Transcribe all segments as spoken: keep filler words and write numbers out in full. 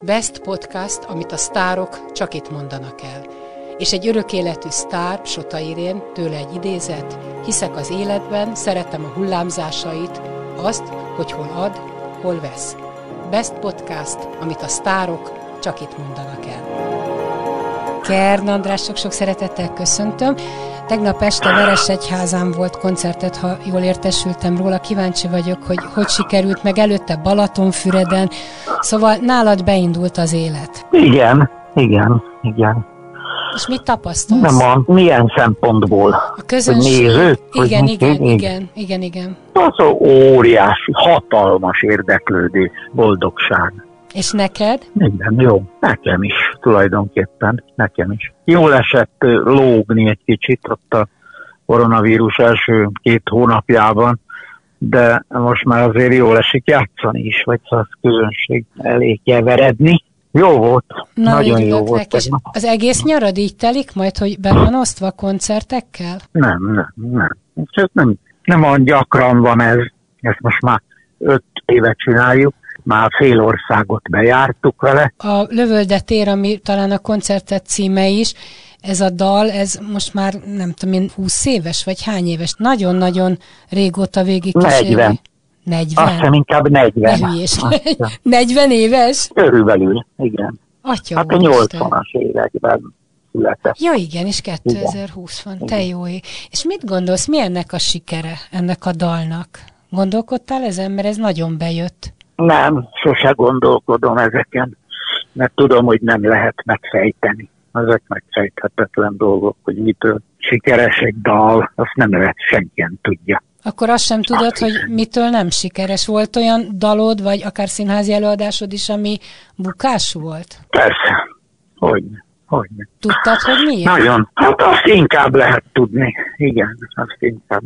Best Podcast, amit a sztárok csak itt mondanak el. És egy örök életű sztár, Sota Irén, tőle egy idézet: hiszek az életben, szeretem a hullámzásait, azt, hogy hol ad, hol vesz. Best Podcast, amit a sztárok csak itt mondanak el. Kern András, sok-sok szeretettel köszöntöm. Tegnap este Veresegyházán volt koncertet, ha jól értesültem róla. Kíváncsi vagyok, hogy hogy sikerült, meg előtte Balatonfüreden. Szóval nálad beindult az élet. Igen, igen, igen. És mit tapasztalsz? Nem a milyen szempontból? A közönség. Néző? Igen, igen, igen, igen, igen. Az óriási, hatalmas érdeklődés, boldogság. És neked? Igen, jó. Nekem is, tulajdonképpen. Nekem is. Jól esett lógni egy kicsit ott a koronavírus első két hónapjában, de most már azért jól esik játszani is, vagy az közönség elé keveredni. Jó volt. Na, nagyon jó volt. És az egész nyarad így telik majd, hogy be van osztva koncertekkel? Nem, nem, nem. Csak nem, nem olyan gyakran van ez. Ezt most már öt éve csináljuk. Már fél országot bejártuk vele. A Lövölde tér, ami talán a koncertet címe is, ez a dal, ez most már nem tudom én, húsz éves, vagy hány éves? Nagyon-nagyon régóta végig kísérli. negyven. negyven? Azt hiszem inkább negyven. Ne hülyés. negyven éves? Körülbelül, igen. Atya hát a nyolcvanas években született. Ja igen, és kétezer-húsz van, te jó ég. És mit gondolsz, mi ennek a sikere, ennek a dalnak? Gondolkodtál ezen, mert ez nagyon bejött? Nem, sose gondolkodom ezeken, mert tudom, hogy nem lehet megfejteni. Ezek megfejthetetlen dolgok, hogy mitől sikeres egy dal, azt nem lehet, senki tudja. Akkor azt sem tudod, azt hogy mitől nem sikeres. Volt olyan dalod, vagy akár színházi előadásod is, ami bukás volt? Persze, hogyne, hogyne. Tudtad, hogy miért? Nagyon, hát azt inkább lehet tudni, igen, azt inkább.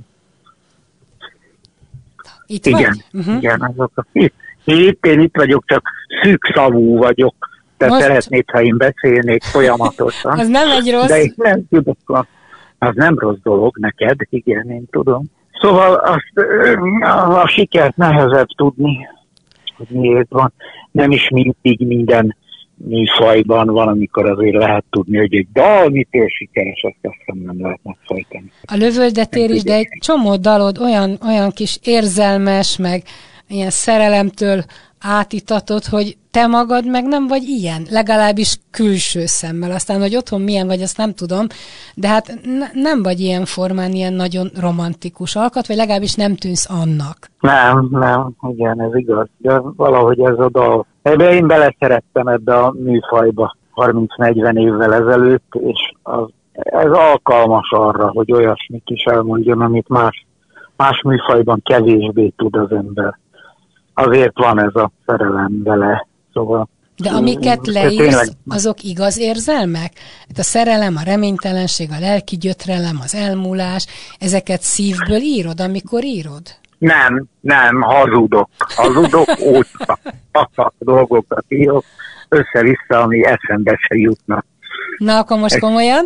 Itt igen, vagy? Uh-huh. Igen, azok a... Itt, én itt vagyok, csak szűkszavú vagyok. Te most... szeretnéd, ha én beszélnék folyamatosan. Az nem egy rossz. De én nem tudok. Az nem rossz dolog neked, igen, én tudom. Szóval azt, a, a sikert nehezebb tudni, hogy miért van. Nem is mindig minden műfajban van, amikor azért lehet tudni, hogy egy dal mitől sikeres, azt azt nem lehet megfejteni. A Lövölde tér is, de egy csomó dalod olyan, olyan kis érzelmes, meg ilyen szerelemtől átitatott, hogy te magad meg nem vagy ilyen, legalábbis külső szemmel. Aztán, hogy otthon milyen vagy, azt nem tudom, de hát n- nem vagy ilyen formán ilyen nagyon romantikus alkat, vagy legalábbis nem tűnsz annak. Nem, nem, igen, ez igaz, de valahogy ez a dal. Ebbe én beleszerettem ebbe a műfajba harminc-negyven évvel ezelőtt, és az, ez alkalmas arra, hogy olyasmit is elmondjon, amit más, más műfajban kevésbé tud az ember. Azért van ez a szerelem vele, szóval... De amiket leírsz, azok igaz érzelmek? A szerelem, a reménytelenség, a lelki gyötrelem, az elmúlás, ezeket szívből írod, amikor írod? Nem, nem, hazudok. Hazudok, ócska. A dolgokat írok, össze-vissza, ami eszembe se jutnak. Na, akkor most komolyan?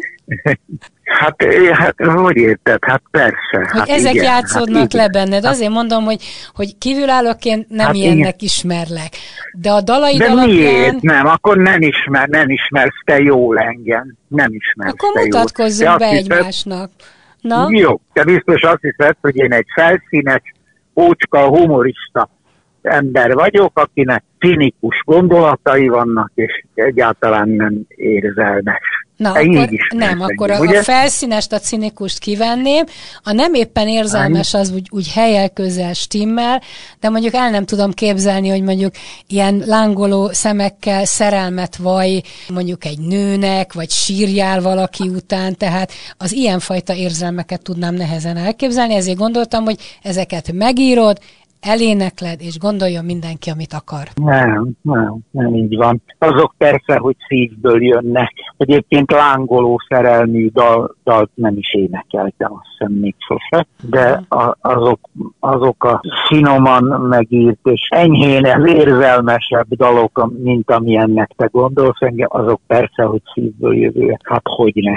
Hát, hát hogy érted? Hát persze. Hogy hát ezek igen, játszódnak hát le benned. Azért mondom, hogy, hogy kívülállóként nem hát ilyennek igen. ismerlek. De a dalaid De alapján... miért nem? Akkor nem ismer, nem ismersz te jól engem. Nem ismersz Akkor te mutatkozzunk jól. be egymásnak. Na? Jó, te biztos azt hiszed, hogy én egy felszínes, ócska, humorista ember vagyok, akinek cinikus gondolatai vannak, és egyáltalán nem érzelmes. Na, akkor nem, akkor a, a felszínest, a cinikust kivenném, a nem éppen érzelmes az úgy, úgy helyel közel stimmel, de mondjuk el nem tudom képzelni, hogy mondjuk ilyen lángoló szemekkel szerelmet vaj mondjuk egy nőnek, vagy sírjál valaki után, tehát az ilyenfajta érzelmeket tudnám nehezen elképzelni, ezért gondoltam, hogy ezeket megírod, elénekled, és gondoljon mindenki, amit akar. Nem, nem, nem így van. Azok persze, hogy szívből jönnek. Egyébként lángoló szerelmű dal, dalt nem is énekeltem, azt hiszem még sose, de a, azok, azok a finoman megírt, és enyhén az érzelmesebb dalok, mint amilyennek te gondolsz engem, azok persze, hogy szívből jövőek. Hát hogyne.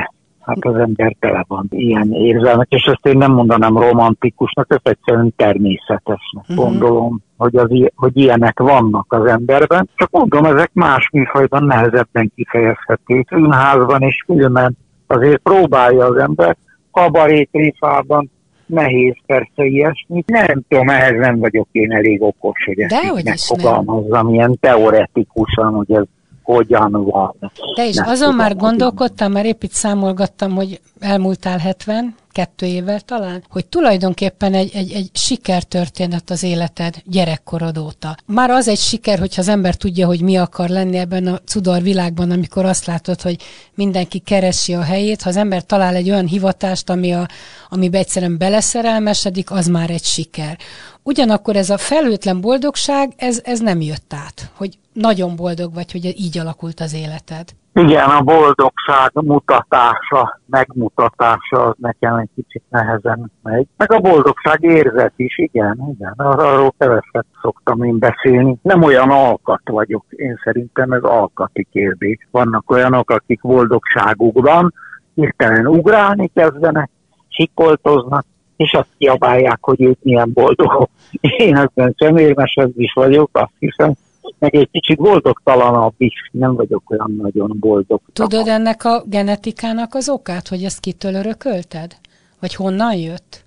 Hát az ember tele van ilyen érzelmek, és ezt én nem mondanám romantikusnak, ez egyszerűen természetesnek uh-huh. gondolom, hogy, az, hogy ilyenek vannak az emberben. Csak mondom, ezek más műfajban nehezebben kifejezhetők. Színházban és filmen azért próbálja az ember, kabarétréfában nehéz persze ilyesmi. Nem tudom, ehhez nem vagyok én elég okos, hogy ezt így megfogalmazzam ilyen teoretikusan, hogy ez hogyan van. Te is nem azon tudom, már gondolkodtam, már épp itt számolgattam, hogy elmúltál hetven, kettő évvel talán, hogy tulajdonképpen egy, egy, egy sikertörténet az életed gyerekkorod óta. Már az egy siker, hogyha az ember tudja, hogy mi akar lenni ebben a cudor világban, amikor azt látod, hogy mindenki keresi a helyét, ha az ember talál egy olyan hivatást, ami a, amiben egyszerűen beleszerelmesedik, az már egy siker. Ugyanakkor ez a felhőtlen boldogság, ez, ez nem jött át, hogy nagyon boldog vagy, hogy így alakult az életed. Igen, a boldogság mutatása, megmutatása az nekem egy kicsit nehezen megy. Meg a boldogság érzet is, igen, igen, arról keveset szoktam én beszélni. Nem olyan alkat vagyok, én szerintem ez alkati kérdés. Vannak olyanok, akik boldogságukban hirtelen ugrálni kezdenek, sikoltoznak, és azt kiabálják, hogy ők milyen boldogok. Én ebben szemérmesebb is vagyok, azt hiszem, meg egy kicsit boldogtalanabb is, nem vagyok olyan nagyon boldog. Tudod ennek a genetikának az okát, hogy ezt kitől örökölted? Vagy honnan jött?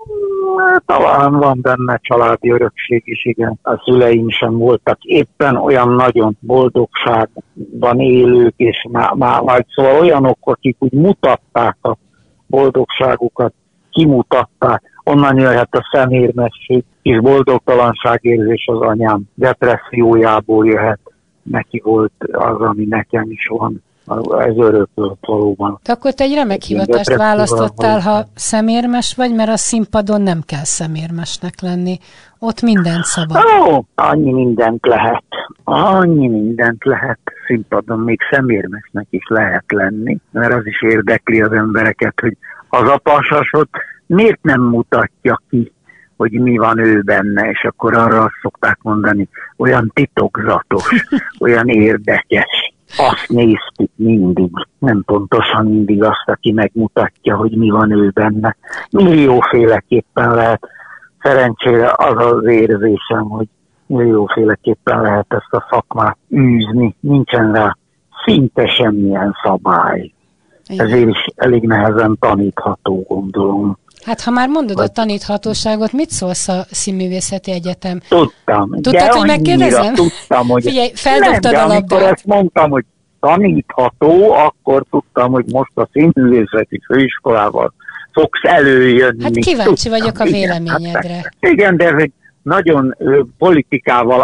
Talán van benne családi örökség is, igen. A szüleim sem voltak éppen olyan nagyon boldogságban élők, és már, már, már szóval olyanok, akik úgy mutatták a boldogságukat, kimutatták. Onnan jöhet a szemérmesség, és boldogtalanságérzés az anyám depressziójából jöhet. Neki volt az, ami nekem is van. Ez örökölt valóban. Te akkor te egy remek hivatást választottál, ha szemérmes vagy, mert a színpadon nem kell szemérmesnek lenni. Ott mindent szabad. Ó, annyi mindent lehet. Annyi mindent lehet. Színpadon még szemérmesnek is lehet lenni, mert az is érdekli az embereket, hogy az a pasasot miért nem mutatja ki, hogy mi van ő benne, és akkor arra azt szokták mondani, olyan titokzatos, olyan érdekes. Azt néztük mindig, nem pontosan mindig azt, aki megmutatja, hogy mi van ő benne. Millióféleképpen lehet, szerencsére az az érzésem, hogy millióféleképpen lehet ezt a szakmát űzni, nincsen rá szinte semmilyen szabály. Ezért is elég nehezen tanítható, gondolom. Hát ha már mondod a taníthatóságot, mit szólsz a Színművészeti Egyetem? Tudtam. Tudtad, hogy megkérdezem? Tudtam, hogy Figyelj, feldobtad nem, a labdát. amikor ezt mondtam, hogy tanítható, akkor tudtam, hogy most a Színművészeti Főiskolával fogsz előjönni. Hát kíváncsi tudtam, vagyok a véleményedre. Hát, igen, de ez egy nagyon ö, politikával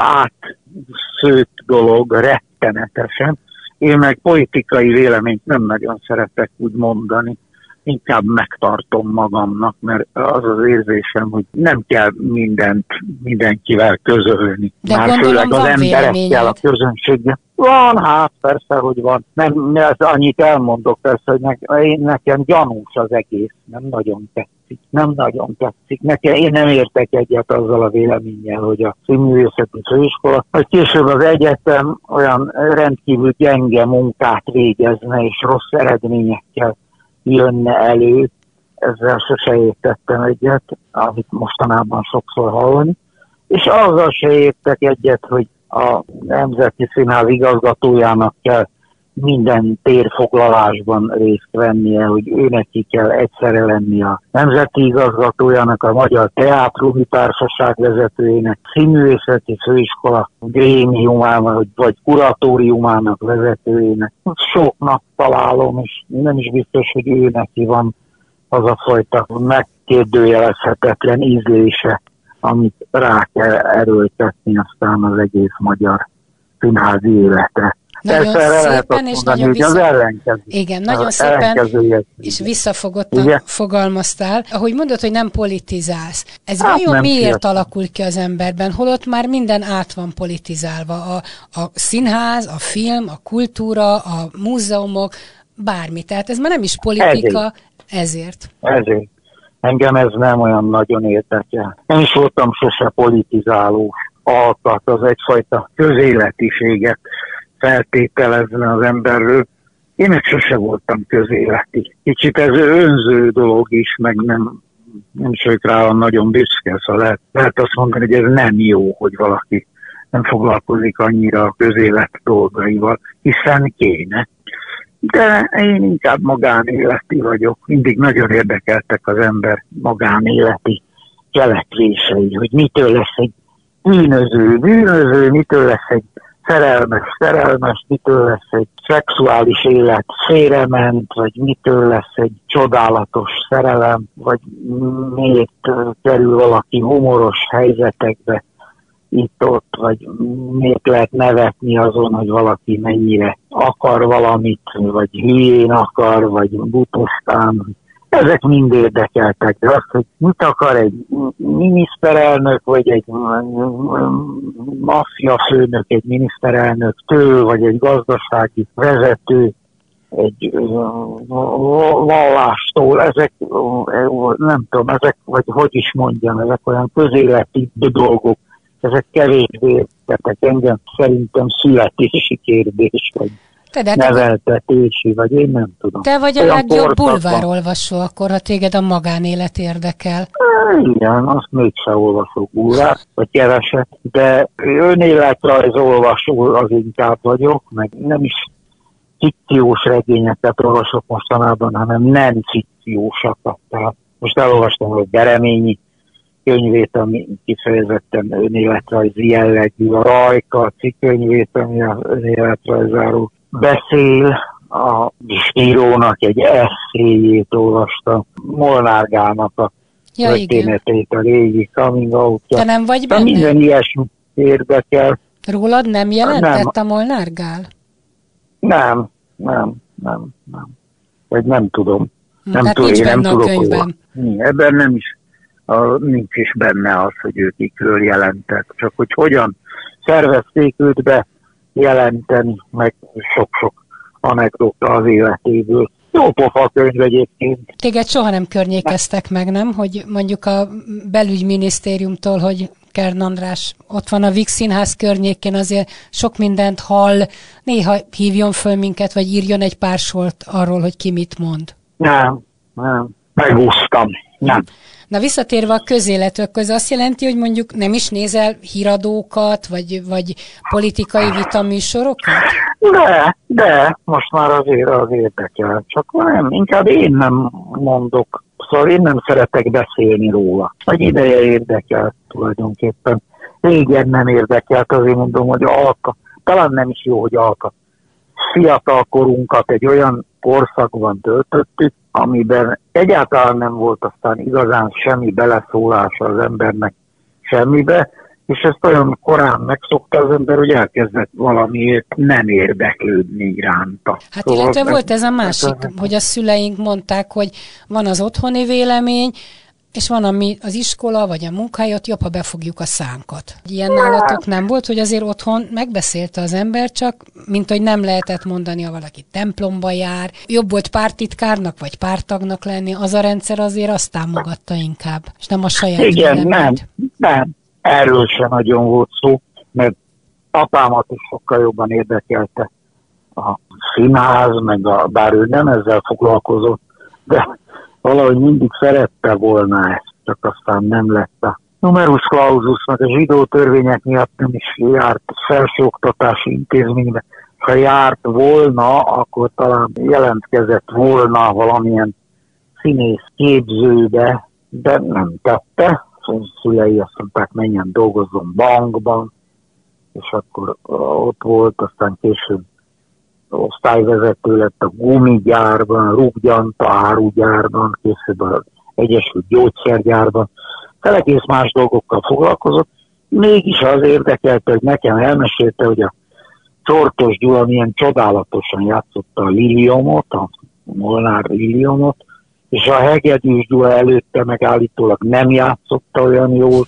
átszőtt dolog, rettenetesen. Én meg politikai véleményt nem nagyon szeretek úgy mondani. Inkább megtartom magamnak, mert az az érzésem, hogy nem kell mindent mindenkivel közölni. De már főleg az emberekkel, a közönséggel. Van, hát persze, hogy van. Nem, ez annyit elmondok persze, hogy ne, én, nekem gyanús az egész. Nem nagyon tetszik. Nem nagyon tetszik. Nekem, én nem értek egyet azzal a véleménnyel, hogy a Színművészeti Főiskola, hogy később az egyetem olyan rendkívül gyenge munkát végezne, és rossz eredményekkel jönne elő, ezzel sose értettem egyet, amit mostanában sokszor hallani, és azzal se értek egyet, hogy a Nemzeti Színház igazgatójának kell minden térfoglalásban részt vennie, hogy őneki kell egyszerre lenni a nemzeti igazgatójának, a Magyar Teátrumi Társaság vezetőjének, Színművészeti Főiskola grémiumának, vagy kuratóriumának vezetőjének. Soknak találom, és nem is biztos, hogy őneki van az a fajta megkérdőjelezhetetlen ízlése, amit rá kell erőltetni aztán az egész magyar színházi életre. Nagyon szépen és nagyon vissza... Igen, nagyon szépen és visszafogottan fogalmaztál. Ahogy mondod, hogy nem politizálsz. Ez hát vajon miért kiad. alakul ki az emberben, holott már minden át van politizálva? A, a színház, a film, a kultúra, a múzeumok, bármi. Tehát ez már nem is politika, ezért. Ezért. ezért. Engem ez nem olyan nagyon érdekel. Nem is voltam sose politizálós alkat, az egyfajta közéletiséget feltételezne az emberről, Én meg sose voltam közéleti. Kicsit ez önző dolog is, meg nem, nem is vagyok rá nagyon büszke, szóval lehet, lehet azt mondani, hogy ez nem jó, hogy valaki nem foglalkozik annyira a közélet dolgaival, hiszen kéne. De én inkább magánéleti vagyok. Mindig nagyon érdekeltek az ember magánéleti cselekvései, hogy mitől lesz egy bűnöző, bűnöző, mitől lesz egy szerelmes, szerelmes, mitől lesz egy szexuális élet félrement, vagy mitől lesz egy csodálatos szerelem, vagy miért kerül valaki humoros helyzetekbe itt-ott, vagy miért lehet nevetni azon, hogy valaki mennyire akar valamit, vagy hülyén akar, vagy butosztán. Ezek mind érdekeltek, de azt, hogy mit akar egy miniszterelnök, vagy egy maffiafőnök, egy miniszterelnöktől, vagy egy gazdasági vezető, egy vallástól, ezek, nem tudom, ezek, vagy hogy is mondjam, ezek olyan közéleti dolgok, ezek kevésbé érdekeltek engem, szerintem születési kérdés, vagy te, neveltetési, vagy én nem tudom. Te vagy a legjobb bulvárolvasó akkor, ha téged a magánélet érdekel. Igen, azt mégse olvasok bulvár, vagy keveset, de önéletrajz olvasó az inkább vagyok, meg nem is fikciós regényeket olvasok mostanában, hanem nem fikciósakat. Tehát most elolvastam a Bereményi könyvét, ami kifejezetten önéletrajzi jellegű, a Rajka cikkkönyvét, ami az önéletrajzáról beszél, a írónak egy eszéjét olvastam, Molnár Gálnak a ja, történetét, a régi coming out-ja. Te nem vagy benne? Minden ilyesmi érdekel. Rólad nem jelentett nem. a Molnár Gál? Nem, nem, nem, nem. Vagy nem tudom. Nem hát tudom, nincs nem benne a könyvben. Ebben nem is, a, nincs is benne az, hogy ők kikről jelentek. Csak hogy hogyan szervezték őt be jelenteni, meg sok-sok anekdota az életéből. Jó pofa könyv egyébként. Téged soha nem környékeztek meg, nem? Hogy mondjuk a belügyminisztériumtól, hogy Kern András ott van a Víg Színház környékén, azért sok mindent hall, néha hívjon föl minket, vagy írjon egy pár sort arról, hogy ki mit mond. Nem, nem, megúsztam, nem. Na visszatérve a közéletökhöz, azt jelenti, hogy mondjuk nem is nézel híradókat, vagy, vagy politikai vitaműsorokat? De, de, most már azért az érdekel. Csak nem, inkább én nem mondok, szóval én nem szeretek beszélni róla. Vagy ideje érdekel tulajdonképpen. Régen nem érdekelt, azért mondom, hogy alka, talán nem is jó, hogy alka. Fiatal korunkat egy olyan korszakban töltöttük, amiben egyáltalán nem volt aztán igazán semmi beleszólása az embernek semmibe, és ezt olyan korán megszokta az ember, hogy elkezdett valamiért nem érdeklődni iránta. Hát szóval illetve volt ez a másik, ez, hogy a szüleink mondták, hogy van az otthoni vélemény, és van, ami az iskola, vagy a munkahely, ott jobb, ha befogjuk a szánkat. Ilyen nálatok nem volt, hogy azért otthon megbeszélte az ember, csak mint hogy nem lehetett mondani, ha valaki templomba jár. Jobb volt pártitkárnak, vagy pártagnak lenni, az a rendszer azért azt támogatta inkább, és nem a saját igen, nem, nem. Erről sem nagyon volt szó, mert apámat is sokkal jobban érdekelte a színház, meg a, bár ő nem ezzel foglalkozott, de valahogy mindig szerette volna ezt, csak aztán nem lett a numerus claususnak, a zsidó törvények miatt nem is járt felsőoktatási intézménybe. Ha járt volna, akkor talán jelentkezett volna valamilyen színész képzőbe, de nem tette. Szülei azt mondták, menjen dolgozzon bankban, és akkor ott volt, aztán később osztályvezető lett a gumigyárban, a rúggyanta árugyárban, később az Egyesült Gyógyszergyárban, tehát egész más dolgokkal foglalkozott. Mégis az érdekelte, hogy nekem elmesélte, hogy a Csortos Gyula milyen csodálatosan játszotta a Liliomot, a Molnár Liliomot, és a Hegedűs Gyula előtte meg állítólag nem játszotta olyan jól,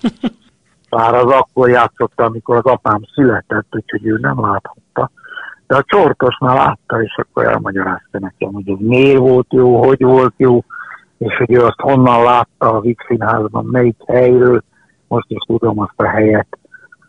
bár az akkor játszotta, amikor az apám született, úgyhogy ő nem láthatta. De a Csortosnál látta, és akkor elmagyarázta nekem, hogy ez miért volt jó, hogy volt jó, és hogy ő azt honnan látta a Víg Színházban, melyik helyről, most is tudom azt a helyet.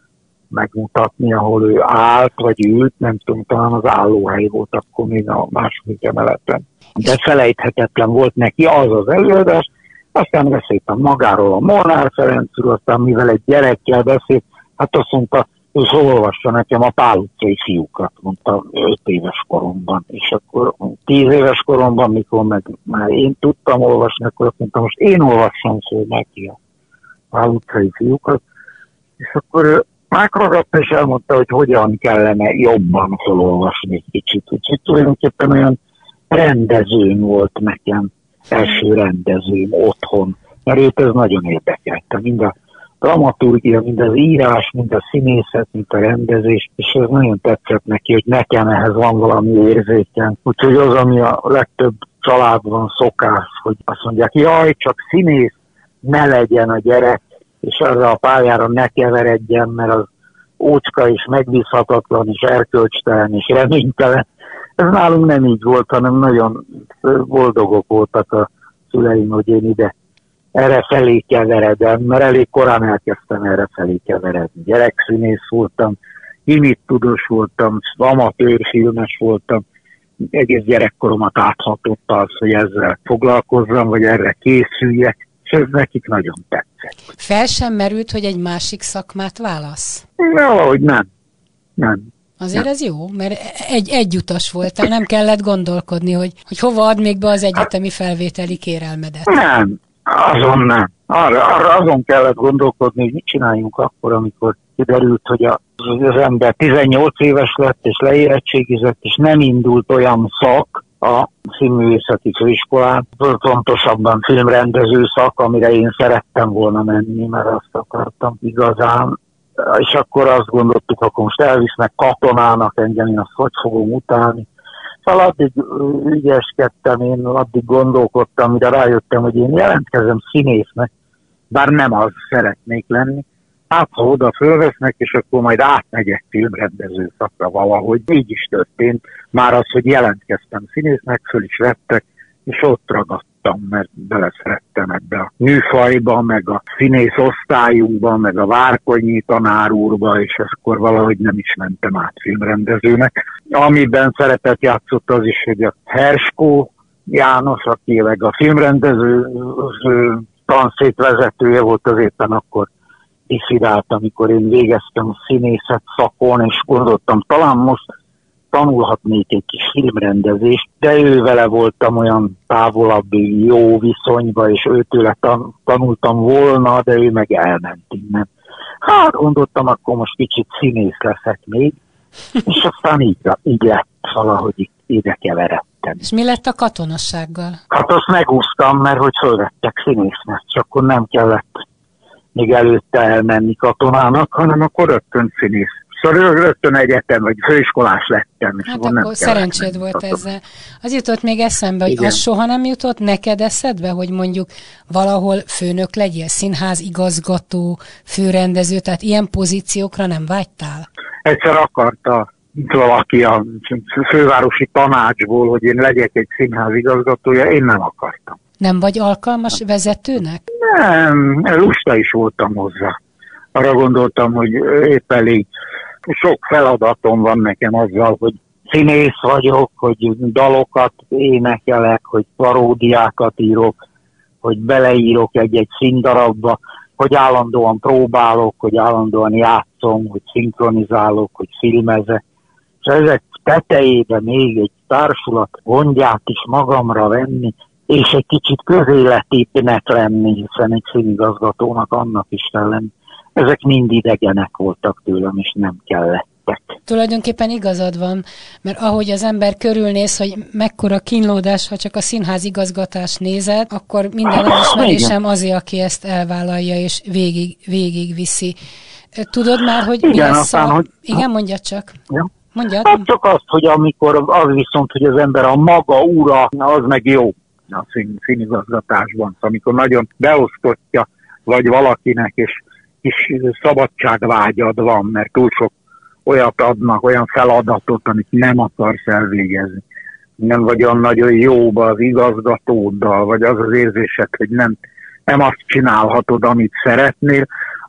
megmutatni, ahol ő állt, vagy ült, nem tudom, talán az állóhely volt akkor még a második emeleten. De felejthetetlen volt neki az az előadás, aztán beszéltem magáról a Molnár Ferencről, aztán mivel egy gyerekkel beszélt, hát azt mondta, és olvassa nekem a Pál utcai fiúkat, mondta öt éves koromban. És akkor tíz éves koromban, mikor meg már én tudtam olvasni, akkor azt mondtam, most én olvassam szól neki a Pál utcai fiúkat. És akkor megragadta és elmondta, hogy hogyan kellene jobban felolvasni egy kicsit. Úgyhogy tulajdonképpen olyan rendezőn volt nekem, első rendezőm otthon, mert őt ez nagyon érdekelte. Mind a dramaturgia, mind az írás, mind a színészet, mind a rendezés, és ez nagyon tetszett neki, hogy nekem ehhez van valami érzékem. Úgyhogy az, ami a legtöbb családban szokás, hogy azt mondják, jaj, csak színész ne legyen a gyerek, és arra a pályára ne keveredjen, mert az ócska és megbízhatatlan, és erkölcstelen, és reménytelen. Ez nálunk nem így volt, hanem nagyon boldogok voltak a szüleim, hogy én ide erre felé keveredem, mert elég korán elkezdtem erre felé keveredni. Gyerekszínész voltam, imittudós voltam, amatőrfilmes voltam, egész gyerekkoromat áthatott az, hogy ezzel foglalkozzam, vagy erre készüljek, és ez nekik nagyon tetszett. Fel sem merült, hogy egy másik szakmát válasz? Valahogy nem. Nem. Azért ez jó, mert egy, egy utas voltál, nem kellett gondolkodni, hogy, hogy hova ad még be az egyetemi felvételi kérelmedet. Nem, azon nem. Arra, arra azon kellett gondolkodni, hogy mit csináljunk akkor, amikor kiderült, hogy az, az ember tizennyolc éves lett, és leérettségizett, és nem indult olyan szak a színművészeti főiskolán, pontosabban filmrendező szak, amire én szerettem volna menni, mert azt akartam igazán. És akkor azt gondoltuk, akkor most elvisznek katonának engem, én azt hogy fogom utálni. Szóval addig ügyeskedtem, én addig gondolkodtam, mire rájöttem, hogy én jelentkezem színésznek, bár nem az szeretnék lenni. Hát, ha oda fölvesznek, és akkor majd átmegyek filmrendező szakra valahogy. Így is történt. Már az, hogy jelentkeztem színésznek, föl is vettek, és ott ragadtam, mert beleszerettem ebbe a műfajba, meg a színész osztályunkba, meg a Várkonyi tanár úrba, és akkor valahogy nem is mentem át filmrendezőnek. Amiben szerepet játszott az is, hogy a Herskó János, aki meg a filmrendező tanszék vezetője volt, az éppen akkor diszidált, amikor én végeztem színészet szakon, és gondoltam, talán most tanulhatnék egy kis filmrendezést, de ő vele voltam olyan távolabbi jó viszonyba, és őtőle tan- tanultam volna, de ő meg elment innen. Hát gondoltam, akkor most kicsit színész leszek még, és aztán így, így lett valahogy ide keveredtem. És mi lett a katonassággal? Hát azt megúsztam, mert hogy fölvettek színésznek, csak akkor nem kellett még előtte elmenni katonának, hanem akkor rögtön színész. Szóval rögtön egyetem, vagy főiskolás lettem. Hát akkor nem szerencséd volt katonát. Ezzel. Az jutott még eszembe, hogy igen. Az soha nem jutott neked eszedbe, hogy mondjuk valahol főnök legyél, színház igazgató, főrendező, tehát ilyen pozíciókra nem vágytál? Egyszer akarta valaki a fővárosi tanácsból, hogy én legyek egy színház igazgatója, én nem akartam. Nem vagy alkalmas vezetőnek? Nem, lusta is voltam hozzá. Arra gondoltam, hogy épp elég sok feladatom van nekem azzal, hogy színész vagyok, hogy dalokat énekelek, hogy paródiákat írok, hogy beleírok egy-egy színdarabba, hogy állandóan próbálok, hogy állandóan játszom, hogy szinkronizálok, hogy filmezek. És ezek tetejében még egy társulat gondját is magamra venni, és egy kicsit közéletépnek lenni, hiszen egy színigazgatónak annak is kell lenni. Ezek mind idegenek voltak tőlem, és nem kellettek. Tulajdonképpen igazad van, mert ahogy az ember körülnéz, hogy mekkora kínlódás, ha csak a színház igazgatást nézed, akkor minden elismerésem azért, aki ezt elvállalja és végig, végig viszi. Tudod már, hogy igen, mi lesz aztán, a... hogy... Igen, mondjad csak. Ja. Mondjad. Hát csak azt, hogy amikor az viszont, hogy az ember a maga ura, az meg jó a szín, színigazgatásban. Amikor nagyon beosztottja, vagy valakinek, és kis szabadságvágyad van, mert túl sok olyat adnak, olyan feladatot, amit nem akarsz elvégezni. Nem vagy olyan nagyon jóba az igazgatóddal, vagy az az érzésed, hogy nem, nem azt csinálhatod, amit szeretnél,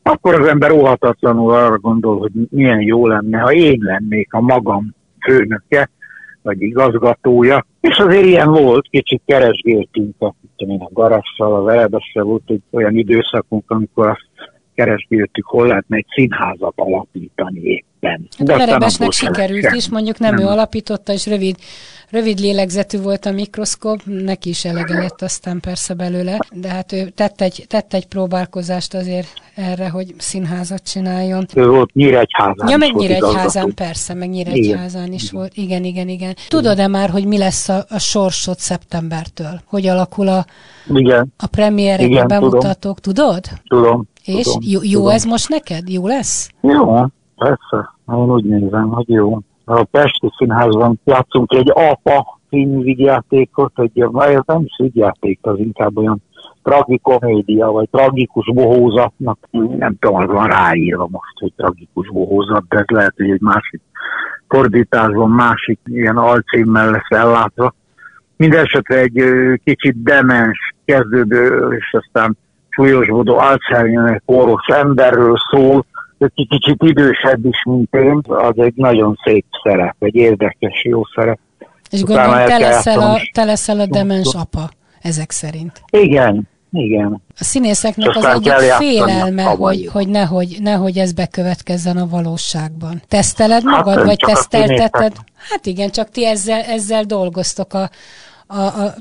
akkor az ember óhatatlanul arra gondol, hogy milyen jó lenne, ha én lennék a magam főnöke, vagy igazgatója. És azért ilyen volt, kicsit keresgéltünk a, a Garasszal, a Verebessel volt egy olyan időszakunk, amikor azt keresgéltük, hol lehetne egy színházat alapítani éppen. Hát a Verebesnek sikerült is, mondjuk nem, nem ő alapította, és rövid, rövid lélegzetű volt a mikroszkóp, neki is elege lett aztán persze belőle, de hát ő tett egy, tett egy próbálkozást azért erre, hogy színházat csináljon. Ő volt Nyíregyházán. Ja, meg Nyíregyházán, persze, meg Nyíregyházán is igen. volt. Igen, igen, igen. Tudod-e már, hogy mi lesz a, a sorsod szeptembertől? Hogy alakul a, igen. a premierek, igen, a bemutatók? Tudom. Tudod? Tudom. És tudom, jó, jó tudom. ez most neked? Jó lesz? Jó, persze. Én úgy nézem, hogy jó. A Pesti Színházban játszunk egy apa című vigyátékot, egy, ez nem is vigyáték, az inkább olyan tragikomédia, vagy tragikus bohózatnak, nem tudom, az van ráírva most, hogy tragikus bohózat, de ez lehet, hogy egy másik fordításban, másik ilyen alcímmel lesz ellátva. Mindenesetre egy kicsit demens, kezdődő, és aztán súlyosbodó Alzheimer kóros emberről szól, egy kicsit idősebb is, mint én, az egy nagyon szép szerep, egy érdekes, jó szerep. És gondolom, te leszel, a, te leszel a demens apa, ezek szerint. Igen, igen. A színészeknek az egyik félelme, hogy, hogy nehogy, nehogy ez bekövetkezzen a valóságban. Teszteled magad, hát, vagy tesztelteted? Hát igen, csak ti ezzel, ezzel dolgoztok a, a, a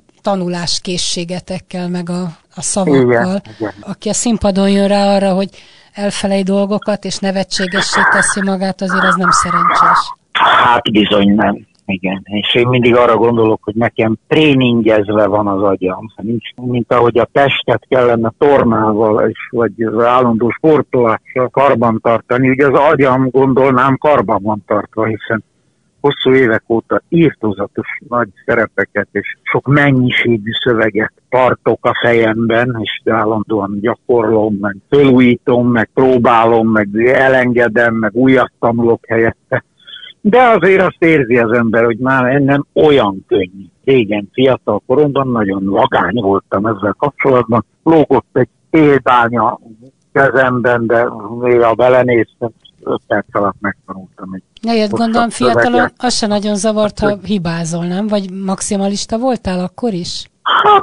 tanuláskészségetekkel, meg a, a szavakkal. Igen, igen. Aki a színpadon jön rá arra, hogy elfelej dolgokat, és nevetségessé teszi magát, azért az nem szerencsés. Hát bizony nem. Igen, és én mindig arra gondolok, hogy nekem tréningezve van az agyam. Nincs, mint ahogy a testet kellene tornával, és, vagy állandó sportolással karban tartani, ugye az agyam, gondolnám, karban van tartva, hiszen hosszú évek óta írtózatos nagy szerepeket és sok mennyiségű szöveget tartok a fejemben, és állandóan gyakorlom, meg fölújítom, meg próbálom, meg elengedem, meg újat tanulok helyette. De azért azt érzi az ember, hogy már nem olyan könnyű. Régen, fiatal koromban nagyon vagány voltam ezzel kapcsolatban. Lógott egy példánya kezemben, de néha belenéztem, öt perc alatt megtanultam egy. Nejött gondolom fiatalon, az se nagyon zavart, ha hibázol, nem? Vagy maximalista voltál akkor is? Hát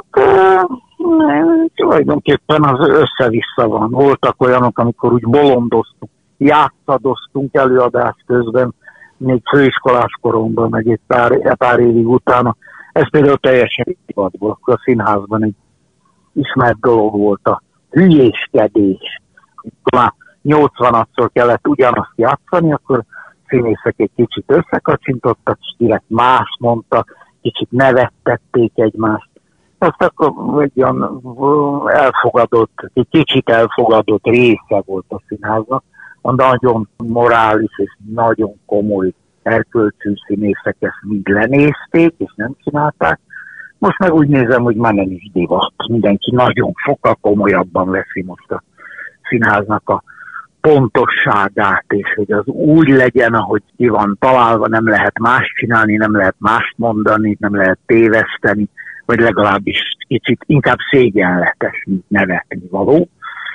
nem, tulajdonképpen az össze-vissza van. Voltak olyanok, amikor úgy bolondoztunk, játszadoztunk előadás közben, még főiskolás koromban, meg egy pár, pár évig utána. Ez például teljesen divatból. Akkor a színházban egy ismert dolog volt a hülyéskedés. Már nyolcvanadszor kellett ugyanazt játszani, akkor színészek egy kicsit összekacsintottak, és direkt más mondta, kicsit nevettették egymást. Ezt akkor egy olyan elfogadott, egy kicsit elfogadott része volt a színháznak. A nagyon morális és nagyon komoly erkölcsű színészek ezt mind lenézték, és nem csinálták. Most meg úgy nézem, hogy már nem is divat. Mindenki nagyon sokkal komolyabban veszi most a színháznak a pontosságát, és hogy az úgy legyen, ahogy ki van találva, nem lehet más csinálni, nem lehet mást mondani, nem lehet téveszteni, vagy legalábbis kicsit inkább szégyenletes, mint nevetni való.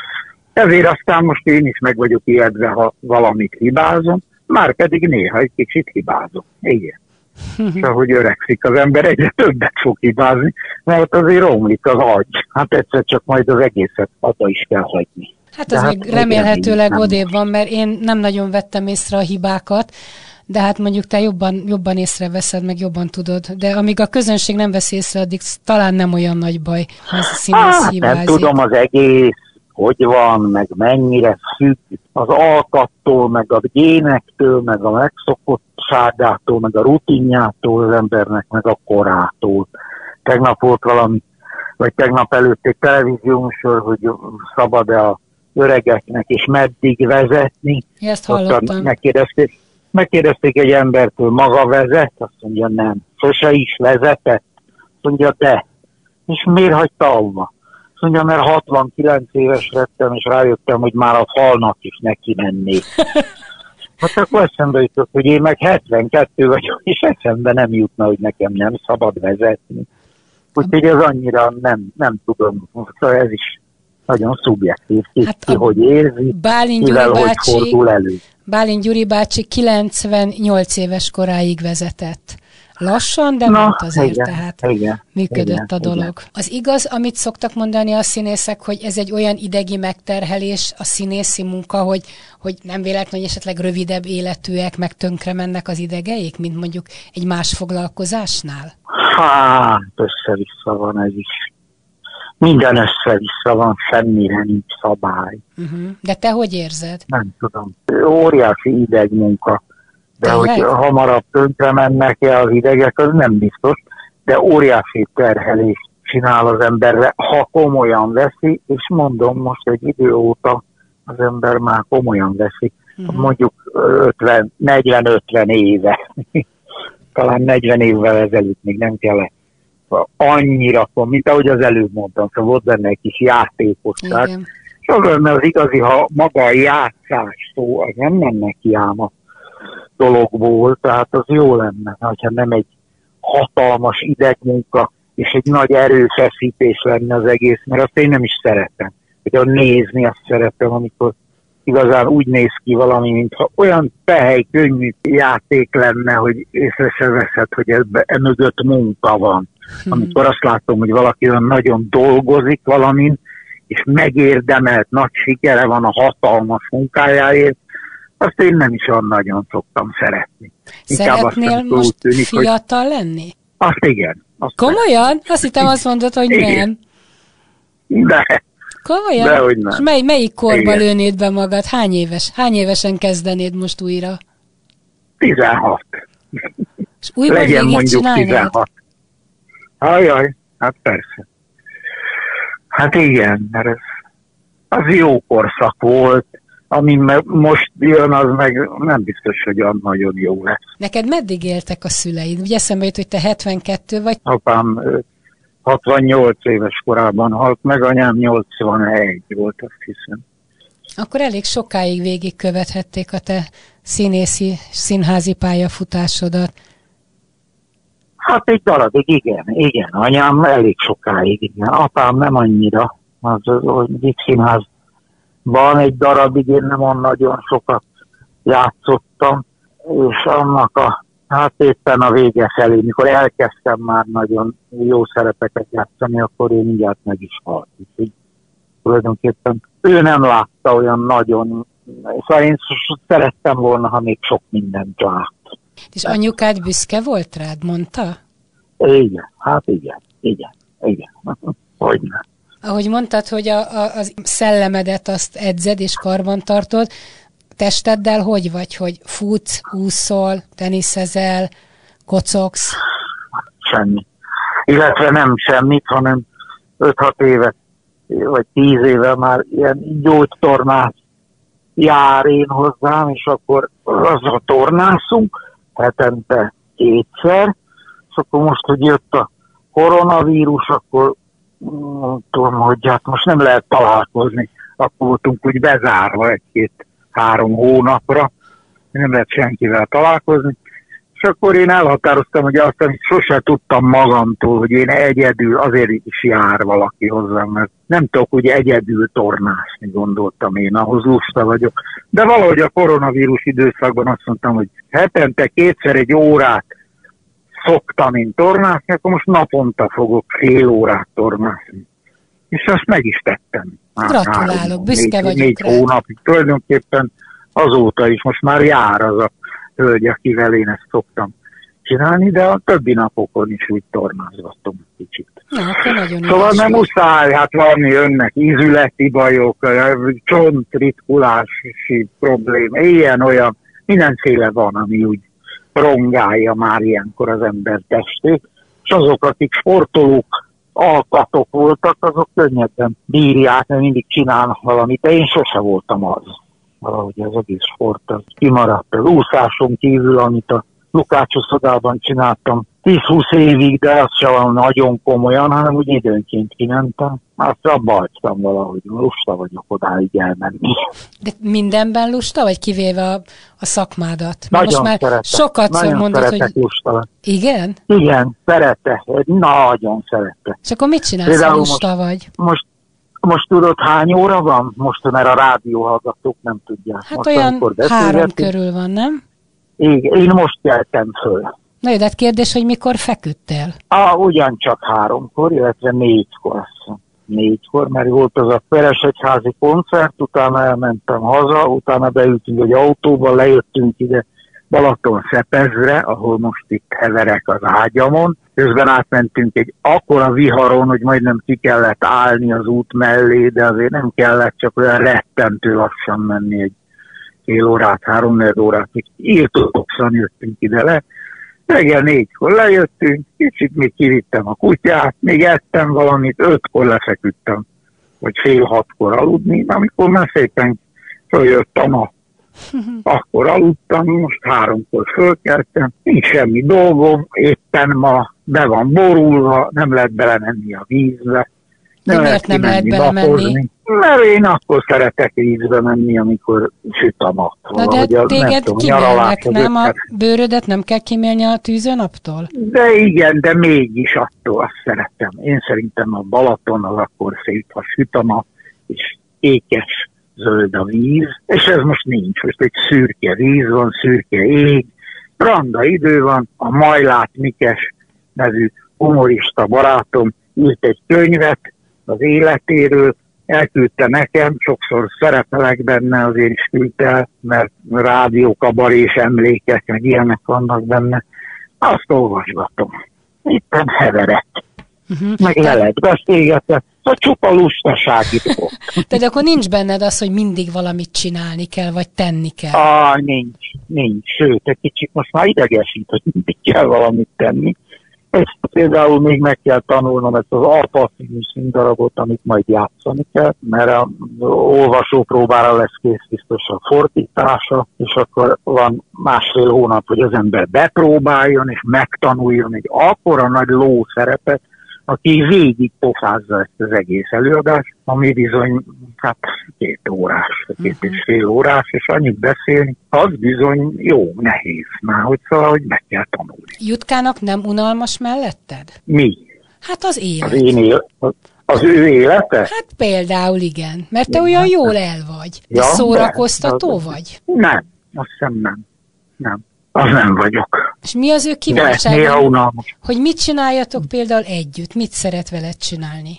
Ezért aztán most én is meg vagyok ijedve, ha valamit hibázom, már pedig néha egy kicsit hibázom. Igen. És ahogy öregszik az ember, egyre többet fog hibázni, mert azért romlik az agy. Hát egyszer csak majd az egészet haza is kell hagyni. Hát ez még hát remélhetőleg odébb van, mert én nem nagyon vettem észre a hibákat, de hát mondjuk te jobban, jobban észreveszed, meg jobban tudod. De amíg a közönség nem veszi észre, addig talán nem olyan nagy baj, ha ez színész hibázik. Nem tudom az egész, hogy van, meg mennyire függ az alkattól, meg a génektől, meg a megszokottságától, meg a rutinjától az embernek, meg a korától. Tegnap volt valami, vagy tegnap előtt egy televízióműsor, hogy szabad-e a öregeknek, és meddig vezetni. Ezt hallottam. Megkérdezték, megkérdezték egy embertől, maga vezet? Azt mondja, nem. Sose is vezetett? Azt mondja, de. És miért hagyta abba? Azt mondja, mert hatvankilenc éves lettem, és rájöttem, hogy már a falnak is neki mennék. Hát akkor eszembe jutott, hogy én meg hetvenkettő vagyok, és eszembe nem jutna, hogy nekem nem szabad vezetni. Úgyhogy ez annyira nem, nem tudom, szóval ez is nagyon szubjektív, ki, Hát ki hogy érzi, Bálint kivel Gyuri hogy bácsi, fordul elő. Bálint Gyuri bácsi kilencvennyolc éves koráig vezetett. Lassan, de Na, ment azért, igen, tehát igen, működött igen, a dolog. igen. Az igaz, amit szoktak mondani a színészek, hogy ez egy olyan idegi megterhelés, a színészi munka, hogy, hogy nem véletlenül esetleg rövidebb életűek, meg tönkre mennek az idegeik, mint mondjuk egy más foglalkozásnál? Hát, össze-vissza van ez is. Minden össze-vissza van, semmire nincs szabály. Uh-huh. De te hogy érzed? Nem tudom. Óriási idegmunka. De Tényleg? hogy hamarabb tönkre mennek-e az idegek, az nem biztos, de óriási terhelést csinál az emberre, ha komolyan veszi, és mondom, most egy idő óta az ember már komolyan veszi, uh-huh. mondjuk ötven, negyven-ötven éve, talán negyven évvel ezelőtt még nem kellett annyira, mint ahogy az előbb mondtam, szóval volt benne egy kis játékosság, és az lenne az igazi, ha maga a játszás szó, az nem menne ki ám a dologból, tehát az jó lenne, ha nem egy hatalmas idegmunka, és egy nagy erőfeszítés lenne az egész, mert azt én nem is szeretem. Hogy nézni azt szeretem, amikor igazán úgy néz ki valami, mintha olyan tehely, könnyű játék lenne, hogy észre se veszed, hogy ebbe, emögött munka van. Amikor azt látom, hogy valaki olyan nagyon dolgozik valamin, és megérdemelt nagy sikere van a hatalmas munkájáért, azt én nem is olyan nagyon szoktam szeretni. Szeretnél azt most tűnik, fiatal hogy... lenni? Azt igen. Azt komolyan? Nem. Azt hittem azt mondod, hogy igen. nem. De. Komolyan? Dehogy nem. És mely, melyik korba igen. lőnéd be magad? Hány éves? Hány évesen kezdenéd most újra? tizenhat. És újra legyen mondjuk csinálnád? tizenhat. Ajaj, hát persze. Hát igen, mert ez, az jó korszak volt, ami most jön, az meg nem biztos, hogy olyan nagyon jó lesz. Neked meddig éltek a szüleid? Ugye eszembe jut, hogy te hetvenkettő vagy? Apám hatvannyolc éves korában halt meg, anyám nyolcvanegy volt, azt hiszem. Akkor elég sokáig végigkövethették a te színészi, színházi pályafutásodat. Hát egy darabig, igen, igen. Anyám elég sokáig, igen. Apám nem annyira. Az, az Vígszínházban egy darabig én nem olyan nagyon sokat játszottam, és annak a, hát éppen a vége felé, mikor elkezdtem már nagyon jó szerepeket játszani, akkor ő mindjárt meg is halt. Úgyhogy tulajdonképpen ő nem látta olyan nagyon, szóval én szerettem volna, ha még sok mindent lát. És anyukád büszke volt rád, mondta? Igen, hát igen, igen, igen, hogy nem. Ahogy mondtad, hogy a, a, a szellemedet azt edzed és karban tartod, testeddel hogy vagy, hogy futsz, úszol, teniszezel, kocogsz? Semmi. Illetve nem semmit, hanem öt-hat éve, vagy tíz éve már ilyen gyógytornász jár én hozzám, és akkor azra tornászunk, hetente kétszer, és akkor most, hogy jött a koronavírus, akkor tudom, hogy hát most nem lehet találkozni, akkor voltunk úgy bezárva egy-két-három hónapra, nem lehet senkivel találkozni, és akkor én elhatároztam, hogy azt, amit sose tudtam magamtól, hogy én egyedül, azért is jár valaki hozzám, mert nem tudok úgy egyedül tornásni, gondoltam én, ahhoz lusta vagyok. De valahogy a koronavírus időszakban azt mondtam, hogy hetente kétszer egy órát szoktam én tornászni, akkor most naponta fogok fél órát tornásni. És azt meg is tettem. Gratulálok, három, büszke négy, vagyok négy rád. hónapig, tulajdonképpen azóta is, most már jár az a hölgy, akivel én ezt szoktam csinálni, de a többi napokon is úgy tornázgatom kicsit. Na, akkor nagyon szóval nem muszáj, hát valami jönnek ízületi bajok, csontritkulási probléma, ilyen-olyan, mindenféle van, ami úgy rongálja már ilyenkor az ember testét, és azok, akik sportolók, alkatok voltak, azok könnyebben bírják, mert mindig csinálnak valamit, de én sose voltam az. Valahogy az egész sport az kimaradt. Az úszáson kívül, amit a Lukács-uszodában csináltam tíz-húsz évig, de azt sem nagyon komolyan, hanem úgy időnként kimentem. Azt abba hagytam valahogy, lusta vagyok odáig elmenni. De mindenben lusta, vagy kivéve a, a szakmádat? Nagyon most már szeretek. sokat nagyon mondod, szeretek hogy... lusta. Igen? Igen, szeretek. Nagyon szeretek. És akkor mit csinálsz, Például ha lusta most, vagy? Most Most tudod, hány óra van? Most, mert a rádióhallgatók nem tudják. Hát most, olyan három körül van, nem? Igen, én most keltem föl. Na jó, de hát kérdés, hogy mikor feküdtél? Ah, ugyancsak háromkor, illetve négykor, azt hiszem. Négykor, mert volt az a Veresegyházi koncert, utána elmentem haza, utána beültünk egy autóba, lejöttünk ide Balaton-Szepezre, ahol most itt heverek az ágyamon. Közben átmentünk egy akkora viharon, hogy majdnem ki kellett állni az út mellé, de azért nem kellett csak olyan rettentő lassan menni egy fél órát, három-négy órát, hogy írtótokszan jöttünk ide le. Reggel négykor lejöttünk, kicsit még kivittem a kutyát, még ettem valamit, ötkor lefeküdtem, vagy fél hatkor aludni, amikor már szépen följött a nap. Akkor aludtam, most háromkor fölkeltem, nincs semmi dolgom, éppen ma be van borulva, nem lehet belemenni a vízbe. Nem miért nem lehet belemenni? Mert én akkor szeretek vízbe menni, amikor süt a nap. Na de a, téged tudom, kimélnek, nem a bőrödet nem kell kimélni a tűzőnaptól? De igen, de mégis attól azt szeretem. Én szerintem a Balaton az akkor szép, ha süt a nap, és ékes zöld a víz, és ez most nincs. Most egy szürke víz van, szürke ég, randa idő van, a Majlát Mikes nevű humorista barátom írt egy könyvet az életéről, elküldte nekem, sokszor szerepelek benne, azért is küldte, mert rádiókabarés emlékek, meg ilyenek vannak benne. Azt olvasgatom. Itten heverek. Uh-huh. Meg le lehet beszélgetni. A csupa lustaságít ott. Tehát akkor nincs benned az, hogy mindig valamit csinálni kell, vagy tenni kell? Ah, nincs, nincs. Sőt, egy kicsit most már idegesít, hogy mindig kell valamit tenni. Ezt például még meg kell tanulnom ezt az Apa című színdarabot, amit majd játszani kell, mert az olvasópróbára lesz kész biztos a fordítása, és akkor van másfél hónap, hogy az ember bepróbáljon, és megtanuljon egy akkora nagy ló szerepet, aki végig pofázza ezt az egész előadást, ami bizony hát két órás, két uh-huh. és fél órás, és annyit beszélni, az bizony jó, nehéz már, hogy szóval, hogy meg kell tanulni. Jutkának nem unalmas melletted? Mi? Hát az élet. Az én élet? Az, az ő élete? Hát például igen, mert te olyan jól el vagy. Ja, szórakoztató de, vagy? Nem, azt hiszem nem. Nem. Az nem vagyok. És mi az ő kívánsága? Hogy mit csináljatok például együtt? Mit szeret veled csinálni?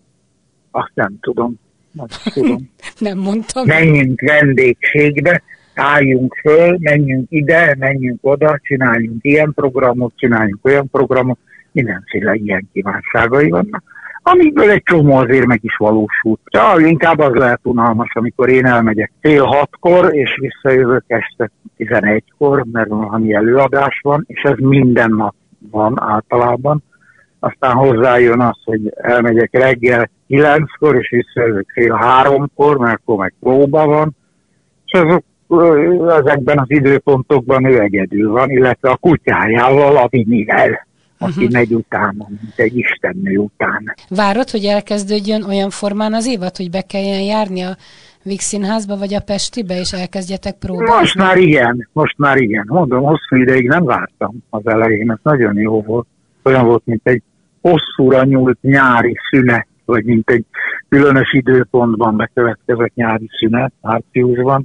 Azt nem tudom. Azt tudom. Nem mondtam. Menjünk vendégségbe, álljunk föl, menjünk ide, menjünk oda, csináljunk ilyen programot, csináljunk olyan programot, mindenféle ilyen kívánságai vannak, amikből egy csomó azért meg is valósult. Ja, inkább az lehet unalmas, amikor én elmegyek fél hatkor, és visszajövök este tizenegykor, mert valami előadás van, és ez minden nap van általában. Aztán hozzájön az, hogy elmegyek reggel kilenckor, és visszajövök fél háromkor, mert akkor meg próba van, és azok, ezekben az időpontokban ő egyedül van, illetve a kutyájával, a Vinivel, aki uh-huh. megy utána, mint egy istennő után. Várod, hogy elkezdődjön olyan formán az évad, hogy be kelljen járni a Víg Színházba vagy a Pestibe, és elkezdjetek próbálni? Most már igen, most már igen. Mondom, hosszú ideig nem vártam az elején, ez nagyon jó volt. Olyan volt, mint egy hosszúra nyúlt nyári szünet, vagy mint egy különös időpontban bekövetkezett nyári szünet, márciusban.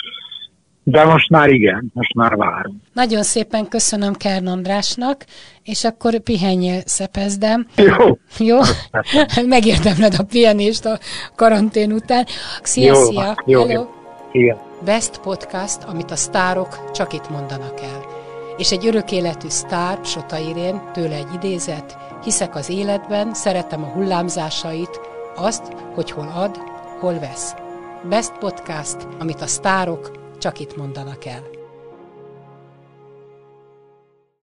De most már igen, most már várom. Nagyon szépen köszönöm Kern Andrásnak, és akkor pihenjél Szepezden. Jó. Jó? Megérdemled a pihenést a karantén után. Szia, jó, szia! Jó, jó. Szia. Best Podcast, amit a sztárok csak itt mondanak el. És egy örök életű sztár, Sota Irén, tőle egy idézet: hiszek az életben, szeretem a hullámzásait, azt, hogy hol ad, hol vesz. Best Podcast, amit a sztárok csak itt mondanak el.